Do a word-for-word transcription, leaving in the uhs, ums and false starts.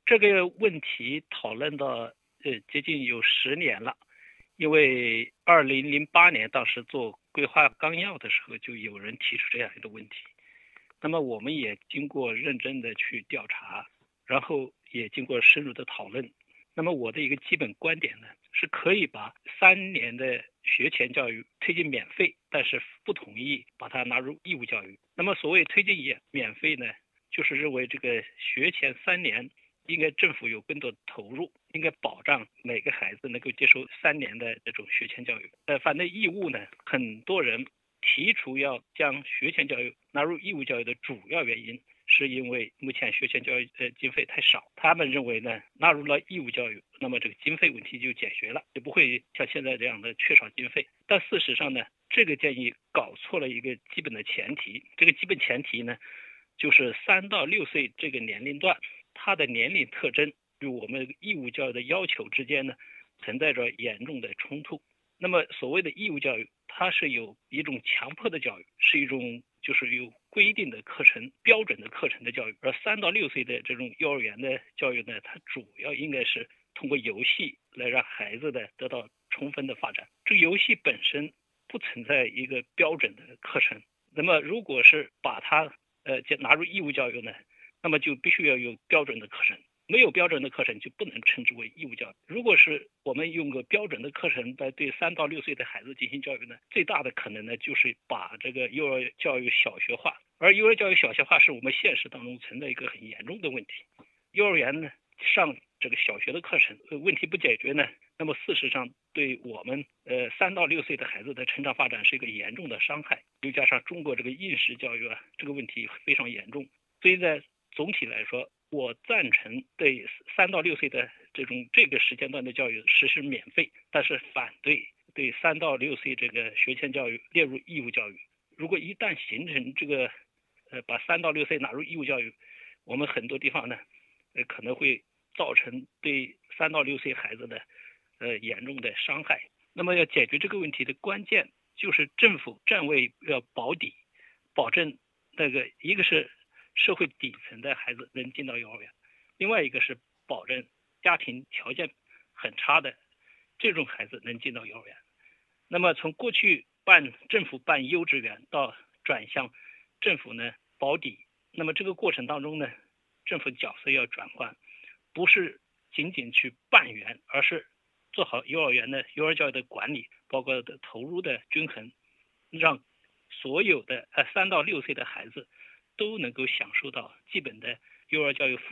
这个问题讨论到呃接近有十年了，因为二零零八年当时做规划纲要的时候，就有人提出这样一个问题。那么我们也经过认真的去调查，然后也经过深入的讨论。那么我的一个基本观点呢，是可以把三年的学前教育推进免费，但是不同意把它纳入义务教育。那么所谓推进也免费呢，就是认为这个学前三年应该政府有更多的投入，应该保障每个孩子能够接受三年的这种学前教育。呃，反对义务呢，很多人提出要将学前教育纳入义务教育的主要原因，是因为目前学前教育呃经费太少，他们认为呢，纳入了义务教育，那么这个经费问题就解决了，就不会像现在这样的缺少经费。但事实上呢，这个建议搞错了一个基本的前提，这个基本前提呢，就是三到六岁这个年龄段，它的年龄特征与我们义务教育的要求之间呢，存在着严重的冲突。那么所谓的义务教育，它是有一种强迫的教育，是一种就是有规定的课程、标准的课程的教育。而三到六岁的这种幼儿园的教育呢，它主要应该是通过游戏来让孩子的得到充分的发展。这个游戏本身不存在一个标准的课程。那么如果是把它呃纳入义务教育呢，那么就必须要有标准的课程。没有标准的课程就不能称之为义务教育。如果是我们用个标准的课程来对三到六岁的孩子进行教育呢，最大的可能呢就是把这个幼儿教育小学化，而幼儿教育小学化是我们现实当中存在一个很严重的问题。幼儿园呢上这个小学的课程，呃、问题不解决呢，那么事实上对我们呃三到六岁的孩子的成长发展是一个严重的伤害。又加上中国这个应试教育啊，这个问题非常严重。所以在总体来说，我赞成对三到六岁的这种这个时间段的教育实施免费，但是反对对三到六岁这个学前教育列入义务教育。如果一旦形成这个呃把三到六岁纳入义务教育，我们很多地方呢呃可能会造成对三到六岁孩子的呃严重的伤害。那么要解决这个问题的关键就是政府站位要保底，保证那个一个是社会底层的孩子能进到幼儿园，另外一个是保证家庭条件很差的这种孩子能进到幼儿园。那么从过去办政府办幼稚园到转向政府呢保底，那么这个过程当中呢，政府角色要转换，不是仅仅去办园，而是做好幼儿园的幼儿教育的管理，包括的投入的均衡，让所有的呃三到六岁的孩子都能够享受到基本的幼儿教育。